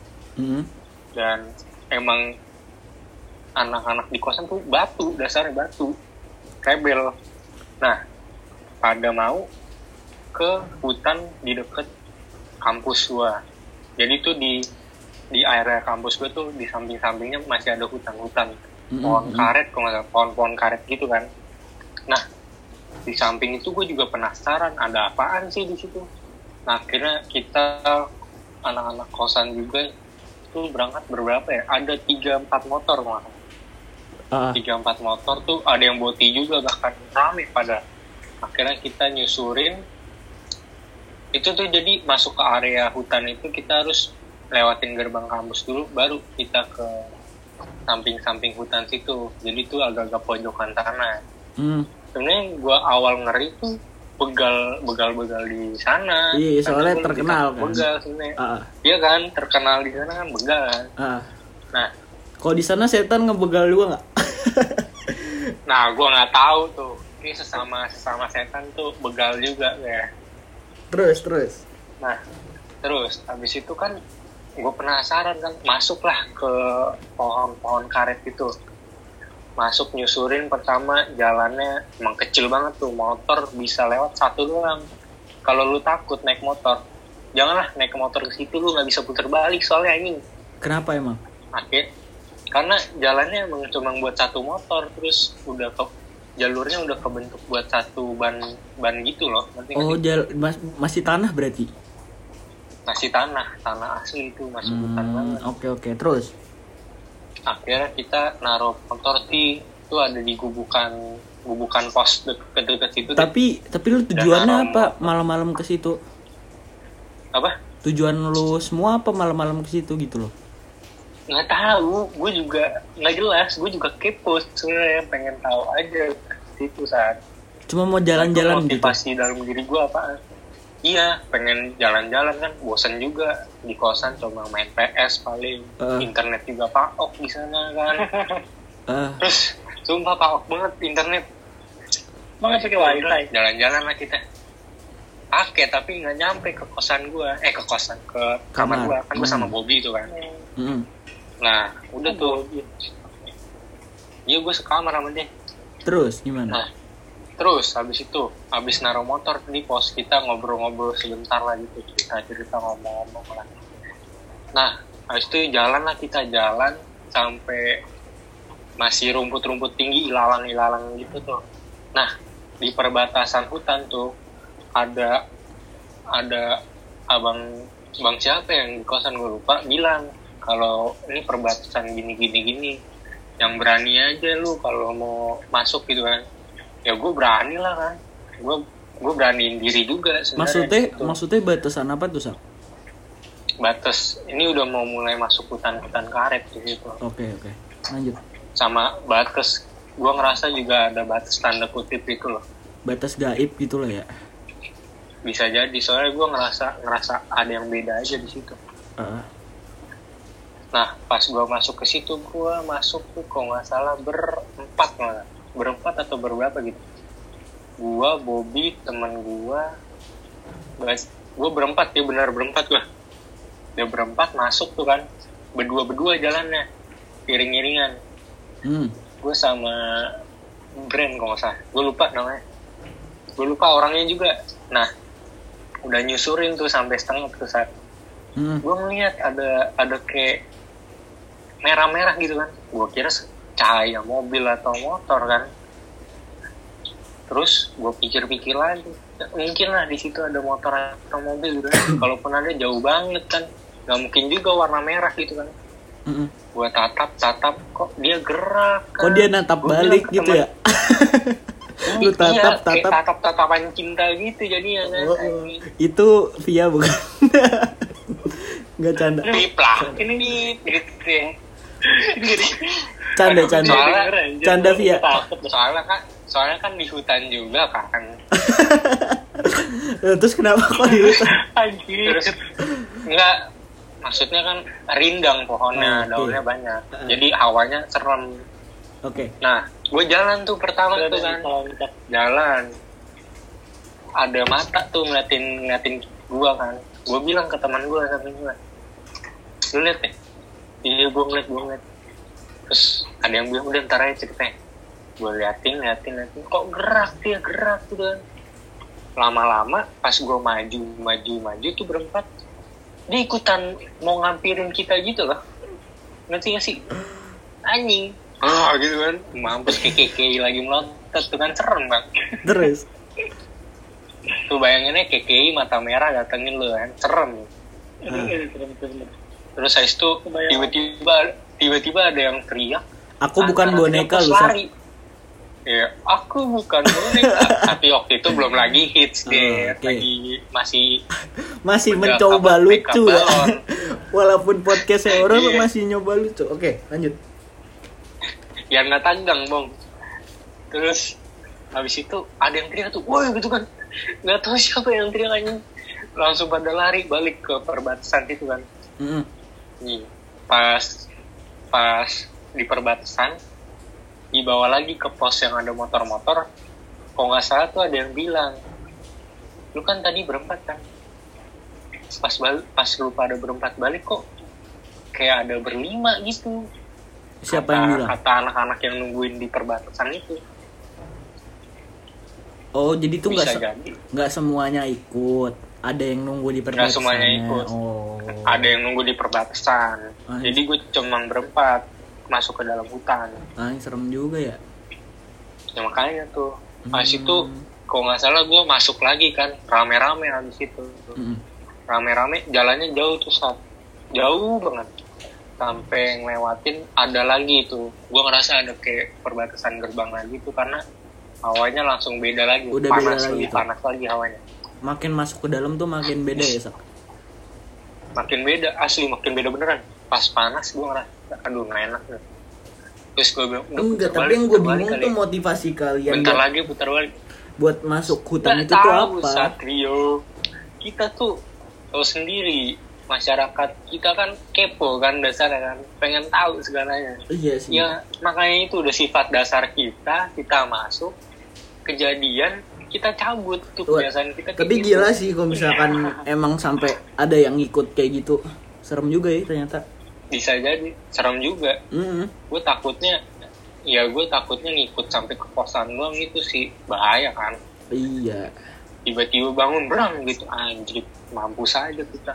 Dan emang anak-anak di kosan tuh dasarnya batu, rebel. Nah, pada mau ke hutan di deket kampus gua. Jadi tuh di area kampus gua tuh di samping-sampingnya masih ada hutan-hutan, pohon karet, kalau nggak salah pohon-pohon karet gitu kan. Nah, di samping itu gue juga penasaran ada apaan sih di situ. Nah, akhirnya kita anak-anak kosan juga tuh berangkat berberapa ya? Ada 3-4 motor malah. 3-4 motor tuh ada yang boti juga, bahkan rame pada. Akhirnya kita nyusurin. Itu tuh jadi masuk ke area hutan itu kita harus lewatin gerbang kampus dulu, baru kita ke samping-samping hutan situ. Jadi tuh agak-agak pojokan tanah. Sebenarnya gue awal ngeri tuh begal di sana.
Iya, soalnya terkenal kan.
Begal sebenarnya. Iya kan, terkenal di sana kan begal kan. Nah,
kalau di sana setan ngebegal juga nggak?
Nah, gue nggak tahu tuh. Ini sesama setan tuh begal juga ya.
Terus.
Nah, terus habis itu kan gue penasaran kan, masuklah ke pohon karet itu. Masuk nyusurin, pertama jalannya emang kecil banget tuh, motor bisa lewat satu doang. Kalau lu takut naik motor, janganlah naik motor ke situ, lu nggak bisa putar balik soalnya ini.
Kenapa emang?
Karena jalannya emang cuma buat satu motor, terus jalurnya udah kebentuk buat satu ban gitu loh.
Masih tanah berarti?
Masih tanah asli itu, masih hutan banget.
Oke, terus?
Akhirnya kita naruh motor itu ada di gubukan pos deket situ.
Tapi lu tujuannya apa malam-malam ke situ?
Apa?
Tujuan lu semua apa malam-malam ke situ gitu loh?
Nggak tahu, gue juga nggak jelas, gue juga kepo sebenarnya, pengen tahu aja situ saat.
Cuma mau jalan-jalan gitu.
Motivasi dalam diri gue apaan? Iya, pengen jalan-jalan kan, bosan juga di kosan cuma main PS paling, internet juga paok di sana kan. Terus sumpah paok banget internet.
Mau pakai wifi?
Jalan-jalan lah kita. pakai tapi nggak nyampe ke kosan gue, ke kamar gue kan. Gue sama Bobby itu kan. Nah udah tuh, iya gue sekamar sama dia.
Terus gimana?
Nah terus habis naruh motor di pos, kita ngobrol-ngobrol sebentar lah gitu, cerita ngomong-ngomong lah. Nah habis itu kita jalan sampai masih rumput-rumput tinggi, ilalang gitu tuh. Nah di perbatasan hutan tuh ada abang siapa yang di kosan gue lupa bilang kalau ini perbatasan gini, yang berani aja lu kalau mau masuk gitu kan. Ya gue berani lah kan, gue beraniin diri juga sebenarnya.
Maksudnya batasan apa tuh, Sak?
Batas ini udah mau mulai masuk hutan karet gitu.
Oke. Lanjut.
Sama batas, gue ngerasa juga ada batas tanda kutip itu loh.
Batas gaib gitu lah ya.
Bisa jadi, soalnya gue ngerasa ada yang beda aja di situ. Nah pas gue masuk ke situ, gue masuk tuh kalau nggak salah berempat atau berberapa gitu. Gue, Bobby, teman gue berempat, dia benar berempat gue. Dia berempat masuk tuh kan, berdua jalannya, iring-iringan. Gue sama Brand kalau nggak salah, gue lupa namanya, gue lupa orangnya juga. Nah udah nyusurin tuh sampai setengah tuh saat gue ngeliat ada kayak merah-merah gitu kan. Gue kira cahaya mobil atau motor kan. Terus gue pikir-pikir lagi, mungkin lah di situ ada motor atau mobil gitu kan. Kalaupun ada jauh banget kan, nggak mungkin juga warna merah gitu kan. Gue tatap, kok dia gerak kan.
Kok dia natap balik gitu ya? Lu
tatap-tatapan cinta gitu jadinya kan.
Itu Via bukan? Nggak canda.
Pip lah, ini gitu ya.
Canda Via.
Soalnya kan di hutan juga kan.
Terus kenapa kok di hutan?
Terus enggak, maksudnya kan rindang pohonnya, daunnya banyak. Jadi hawanya serem.
Oke.
Nah, gue jalan tuh pertama tuh kan. Jalan. Ada mata tuh ngeliatin gue kan. Gue bilang ke teman gue, lu liat deh. Iya, gue ngeliat. Terus ada yang bilang, udah ntar aja ceritanya. Gue liatin, kok gerak gitu kan. Lama-lama pas gue maju tuh berempat, dia ikutan mau ngampirin kita gitu loh. Ngerti gak sih? Anjing. Gitu kan. Mampus KKI lagi melotot tuh kan, serem bang.
Terus?
Tuh bayanginnya KKI mata merah datengin lu kan, serem. Terus habis itu tiba-tiba ada yang teriak,
aku bukan boneka lu,
lari. Ya, aku bukan boneka. Tapi waktu itu belum lagi hits deh. Lagi masih
mencoba lucu ya. Walaupun podcastnya orang masih nyoba lucu. Oke, lanjut.
Ya nggak tanggang bang. Terus habis itu ada yang teriak tuh, woi gitu kan. Nggak tahu siapa yang teriak aja. Langsung pada lari balik ke perbatasan itu kan. Nih, pas di perbatasan dibawa lagi ke pos yang ada motor-motor. Kalau nggak salah tuh ada yang bilang, lu kan tadi berempat kan, pas lu pada berempat balik kok kayak ada berlima gitu.
Siapa yang bilang?
Kata anak-anak yang nungguin di perbatasan itu.
Oh, jadi tuh nggak semuanya ikut. Ada yang nunggu di perbatasan.
Nggak semuanya ikut.
Oh.
Ada yang nunggu di perbatasan. Jadi gue cuma berempat masuk ke dalam hutan.
Serem juga ya.
Ya makanya tuh. Habis itu kalau nggak salah gue masuk lagi kan, rame-rame habis itu. Rame-rame, jalannya jauh tuh, jauh banget. Sampai ngelewatin ada lagi tuh. Gue ngerasa ada kayak perbatasan gerbang lagi tuh, karena hawanya langsung beda lagi.
Udah
panas
beda
lagi, panas lagi hawanya.
Makin masuk ke dalam tuh makin beda ya, Sak?
Makin beda, asli makin beda beneran. Pas panas gue ngerasa, aduh gak enak nih. Terus gue bilang,
enggak, tapi yang gue bingung tuh motivasi kalian
bentar lagi putar balik
buat masuk hutan
nggak
itu tuh
tahu,
apa?
Satrio, kita tuh tahu sendiri, masyarakat kita kan kepo kan dasarnya kan, pengen tahu segalanya.
Iya sih.
Ya makanya itu udah sifat dasar kita masuk, kejadian kita cabut tuh kebiasaan kita.
Tapi
gitu.
Gila sih kalau misalkan emang sampai ada yang ikut kayak gitu. Serem juga ya ternyata.
Bisa jadi serem juga. Gue takutnya ngikut sampai ke kosan doang itu sih bahaya kan.
Iya.
Tiba-tiba bangun berang gitu, anjir, mampus aja kita.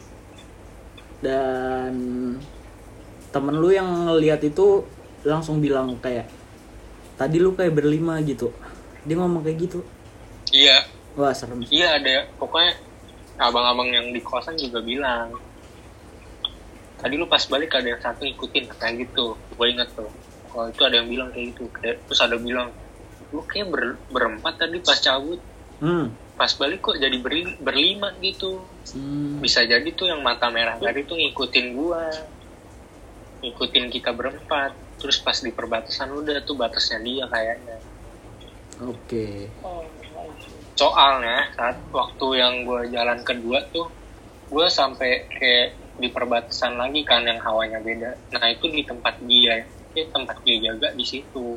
Dan temen lu yang ngeliat itu langsung bilang kayak, tadi lu kayak berlima gitu. Dia ngomong kayak gitu.
Iya.
Wah serem sih.
Iya ada, pokoknya abang-abang yang di kosan juga bilang, tadi lu pas balik ada yang satu ngikutin kayak gitu. Gue inget tuh, kalau itu ada yang bilang kayak gitu. Terus ada bilang, lu kayak berempat tadi pas cabut. Pas balik kok jadi berlima gitu. Bisa jadi tuh yang mata merah tadi tuh ngikutin gua, ngikutin kita berempat. Terus pas di perbatasan udah tuh batasnya dia kayaknya.
Oke.
Soalnya saat waktu yang gua jalan kedua tuh, gua sampai kayak di perbatasan lagi kan yang hawanya beda. Nah itu di tempat dia jaga di situ.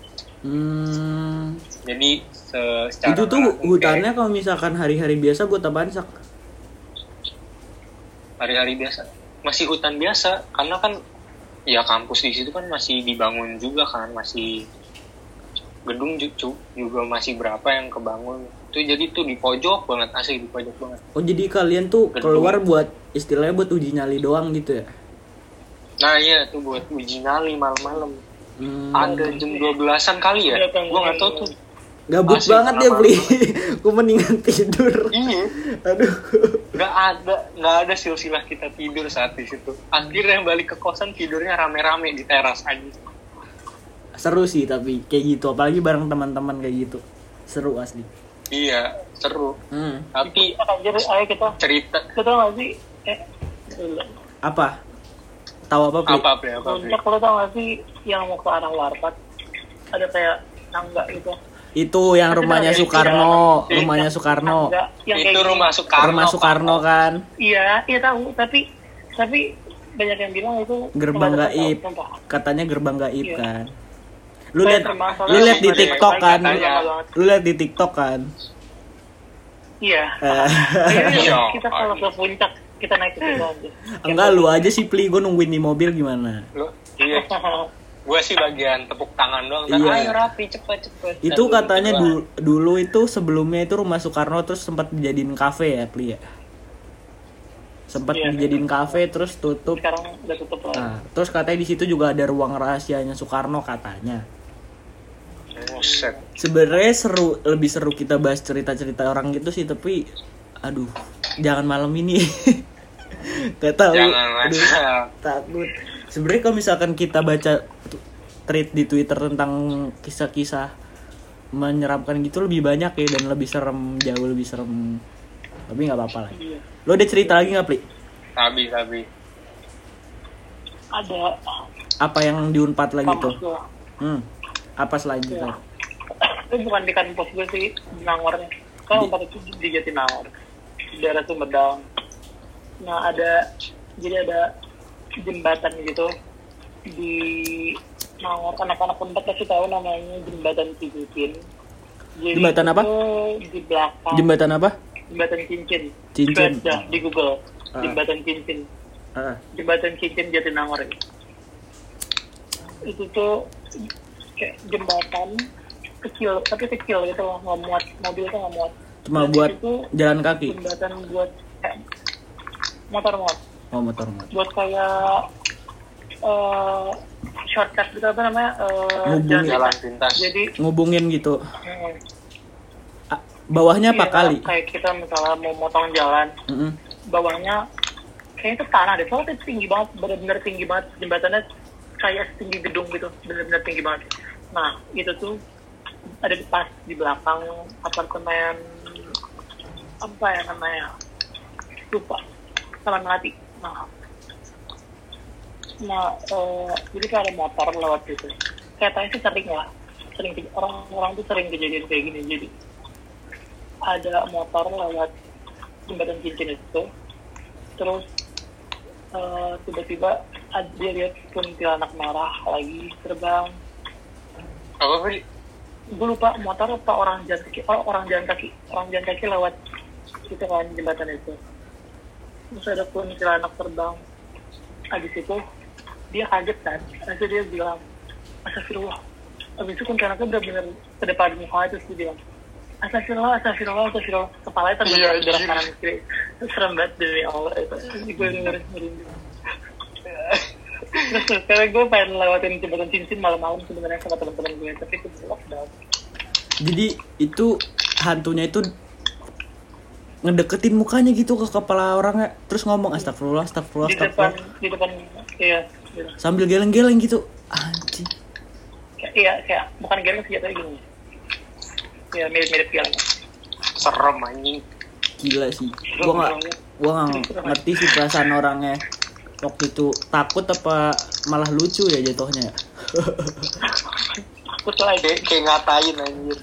Jadi secara
itu tuh hutannya kalau misalkan hari-hari biasa buat apaan sak?
Hari-hari biasa masih hutan biasa karena kan ya kampus di situ kan masih dibangun juga kan, masih gedung juga masih berapa yang kebangun itu, jadi tuh di pojok banget, asli di pojok banget.
Oh jadi kalian tuh gedung keluar buat istilahnya buat uji nyali doang gitu ya?
Nah iya tuh buat uji nyali malam-malam. Ada jam 12-an kali ya, gue nggak tahu tuh.
Gabut asli, banget ya beli. Gue mendingan tidur.
Iya.
Aduh.
Nggak ada silsilah kita tidur saat di situ. Akhirnya balik ke kosan tidurnya rame-rame di teras aja.
Seru sih tapi kayak gitu, apalagi bareng teman-teman kayak gitu. Seru asli.
Iya seru. Tapi
ayo kita
cerita.
Kita nggak sih?
Apa? Tahu apa?
Puncak lo tau gak sih yang mau ke arah Warpat ada kayak tangga gitu.
Itu yang rumahnya Soekarno, rumahnya Soekarno.
Itu rumah Soekarno.
Rumah Soekarno kan?
Iya tahu. Tapi banyak yang bilang itu
gerbang gaib. Katanya gerbang gaib kan. Lu lihat di TikTok kan? Lu lihat di TikTok kan?
Iya. Kita kalau ke puncak kita naik ke situ aja.
Enggak, lu aja sih Pli, gue nungguin di mobil gimana?
Lu? Iya. Gue sih bagian tepuk tangan doang. Iya. Ayo rapi, cepet.
Itu katanya dulu itu sebelumnya itu rumah Soekarno terus sempat dijadiin kafe ya Pli ya? Sempat dijadiin kafe terus tutup.
Sekarang udah tutup lagi.
Nah, terus katanya di situ juga ada ruang rahasianya Soekarno katanya. Sebenarnya lebih seru kita bahas cerita-cerita orang gitu sih, tapi aduh, jangan malam ini. Gak tahu. Aduh, takut. Sebenarnya kalau misalkan kita baca thread di Twitter tentang kisah-kisah menyeramkan gitu lebih banyak ya dan lebih serem, jauh lebih serem. Tapi nggak apa-apa lah. Lo ada cerita lagi nggak, Pli?
Habis.
Ada.
Apa yang di Unpad lagi tuh? Apa selanjutnya?
Itu bukan di kampus gue sih, di Nangornya. Kan Unpad itu di Jatinangor, daerah Sumedang. Nah ada jembatan gitu di Nangor. Anak-anak Unpad pasti tahu namanya jembatan Cincin.
Jembatan apa?
Di belakang.
Jembatan apa?
Jembatan Cincin.
Cincin.
Di Google. Jembatan Cincin. Jembatan Cincin Jatinangor. Itu tuh kayak jembatan kecil, tapi kecil gitu loh, nggak muat, mobil tuh nggak muat.
Cuma buat jalan kaki?
Jembatan buat motor muat.
Oh, motor muat.
Buat kayak shortcut gitu, apa namanya,
jalan pintas.
Jadi
ngubungin gitu. Bawahnya apa kali?
Kayak kita misalnya mau motong jalan, bawahnya kayaknya itu tanah deh, soalnya itu tinggi banget, benar-benar tinggi banget, jembatannya kayak setinggi gedung gitu, benar-benar tinggi banget. Nah itu tuh ada di belakang apartemen apa ya namanya, lupa, Taman Melati. Nah jadi kalau ada motor lewat gitu, katanya sih sering orang tuh sering kejadian kayak gini. Jadi ada motor lewat jembatan Cincin itu, terus tiba-tiba dia lihat kuntilanak merah lagi terbang.
Apa sih?
gue lupa motor apa orang jalan kaki lewat itu kan jembatan itu. Terus ada kuntilanak terbang. Habis itu dia kaget kan, habis itu dia bilang astagfirullah. Habis itu kuntilanaknya benar-benar ke depan muka itu, dia bilang astagfirullah. Kepalanya terbentuk kanan kiri. Serem banget demi Allah itu. Gue dengerin merinding. Terus karena gue pengen lewatin jembatan cincin malam-malam sebenarnya sama teman-teman gue, tapi itu lockdown.
Jadi itu hantunya itu ngedeketin mukanya gitu ke kepala orangnya, terus ngomong astagfirullah.
Di depan iya.
Sambil geleng-geleng gitu, anjing.
Kayak bukan geleng sih, jatuhnya gini. Ya mirip geleng.
Serem anjing.
Gila sih. Gua nggak ngerti sih perasaan orangnya waktu itu, takut apa malah lucu ya jatuhnya.
Takut lah,
kayak ngatain anjir.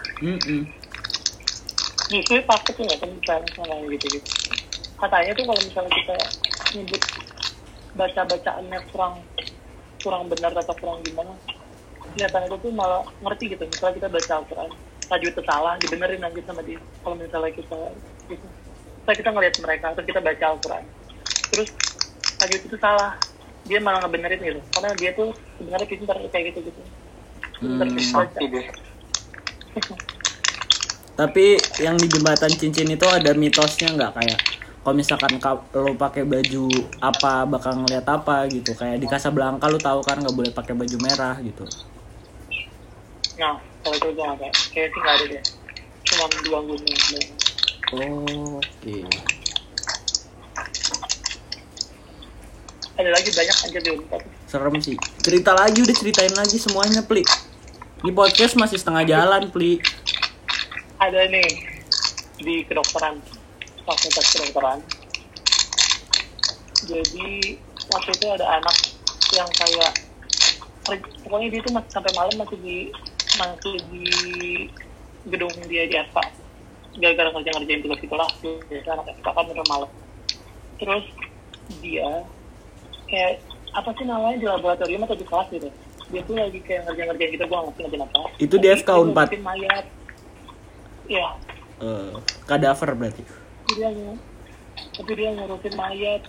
Justru takut tuh nggak kan sama gitu. Katanya tuh kalau misalnya kita nyebut bacaannya kurang benar atau kurang gimana, kelihatan itu tuh malah ngerti gitu. Misalnya kita baca Al-Quran, tajwid itu salah, dibenerin aja sama dia. Kalau misalnya kita gitu, kita ngelihat mereka terus kita baca Al-Quran, terus tajwid itu salah, dia malah ngebenerin gitu. Karena dia tuh sebenarnya pintar kayak gitu.
Sakti deh.
Tapi yang di jembatan cincin itu ada mitosnya nggak, kayak kalau misalkan lo pakai baju apa bakal ngeliat apa gitu, kayak di Casablanca lo tahu kan nggak boleh pakai baju merah gitu.
Nah kalau itu gue nggak, kayak sih nggak ada deh, cuma 2 gunung.
Oke.
Ada lagi banyak aja di Unpad.
Serem sih. Udah ceritain lagi semuanya, Pli. Ini podcast masih setengah jalan, Pli.
Ada nih di kedokteran, fakultas kedokteran. Jadi waktu itu ada anak yang kayak, pokoknya dia tuh sampai malam masih di gedung dia di FK, gara-gara ngerjain tugas itulah. Biasa anak FK kan udah malam. Terus dia kayak apa sih namanya, di laboratorium atau di kelas gitu, dia tuh lagi kayak ngerjain gitu, gue nggak ngerti apa.
Itu di FK Unpad.
Mayat. Iya.
Kadaver berarti.
Tapi dia ngurusin mayat.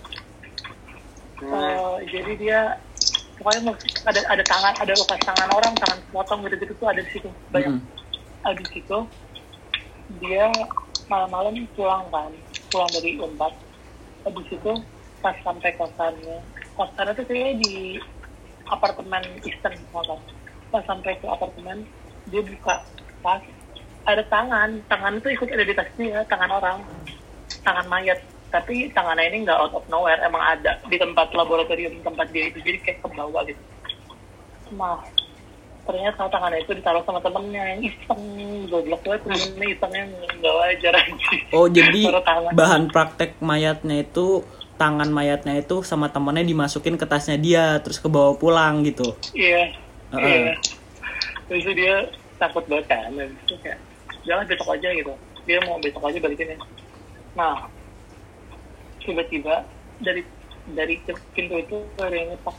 Jadi dia pokoknya ada tangan, ada bekas tangan orang, tangan potong gitu tuh ada di situ banyak. Abis itu dia malam-malam pulang dari Unpad. Abis itu pas sampai kosannya tuh kayaknya di apartemen Eastern kan. Pas sampai ke apartemen dia buka tas, ada tangan itu ikut ada di tasnya, tangan orang, tangan mayat. Tapi tangannya ini nggak out of nowhere, emang ada di tempat laboratorium tempat dia itu, jadi kayak ke bawah gitu. Nah ternyata tangannya itu ditaruh sama temennya yang iseng, goblok banget temennya isengnya nggak wajar aja.
Oh jadi bahan praktek mayatnya itu, tangan mayatnya itu sama temennya dimasukin ke tasnya dia, terus ke bawah pulang gitu.
Iya. Terus dia takut banget kan, terus kayak jangan besok aja gitu, dia mau besok aja balikinnya. Nah tiba-tiba dari pintu itu ada yang ngetok.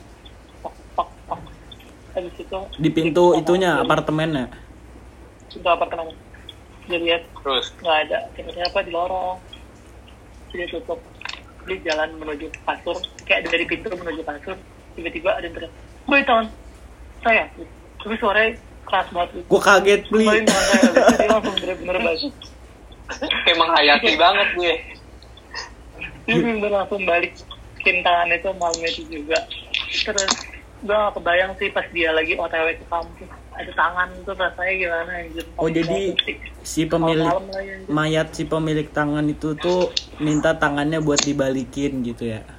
Habis itu
di pintu itunya apartemennya.
Pintu apartemen. Dia lihat
terus
nggak ada, siapa di lorong. Dia tutup. Dia jalan menuju kasur, kayak dari pintu menuju kasur, tiba-tiba ada yang teriak, "Boy, tangan saya!" Tapi suaranya keras banget.
Gue kaget, Bli.
Dia langsung bener-bener balik.
Emang hayati banget gue.
Dia bener langsung balikin tangan itu malam itu juga. Terus gue gak kebayang sih pas dia lagi OTW ke kampus, ada tangan tuh rasanya gimana anjir.
Oh jadi si pemilik mayat, si pemilik tangan itu tuh minta tangannya buat dibalikin gitu ya?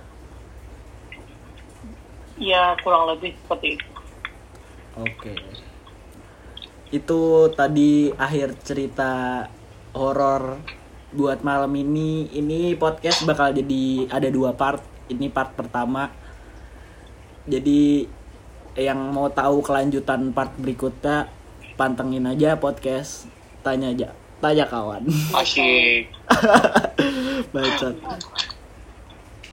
Iya kurang lebih seperti itu.
Oke. Itu tadi akhir cerita horor buat malam ini. Ini podcast bakal jadi ada 2 part. Ini part pertama. Jadi yang mau tahu kelanjutan part berikutnya, pantengin aja podcast Tanya Kawan.
Asyik.
Bacot.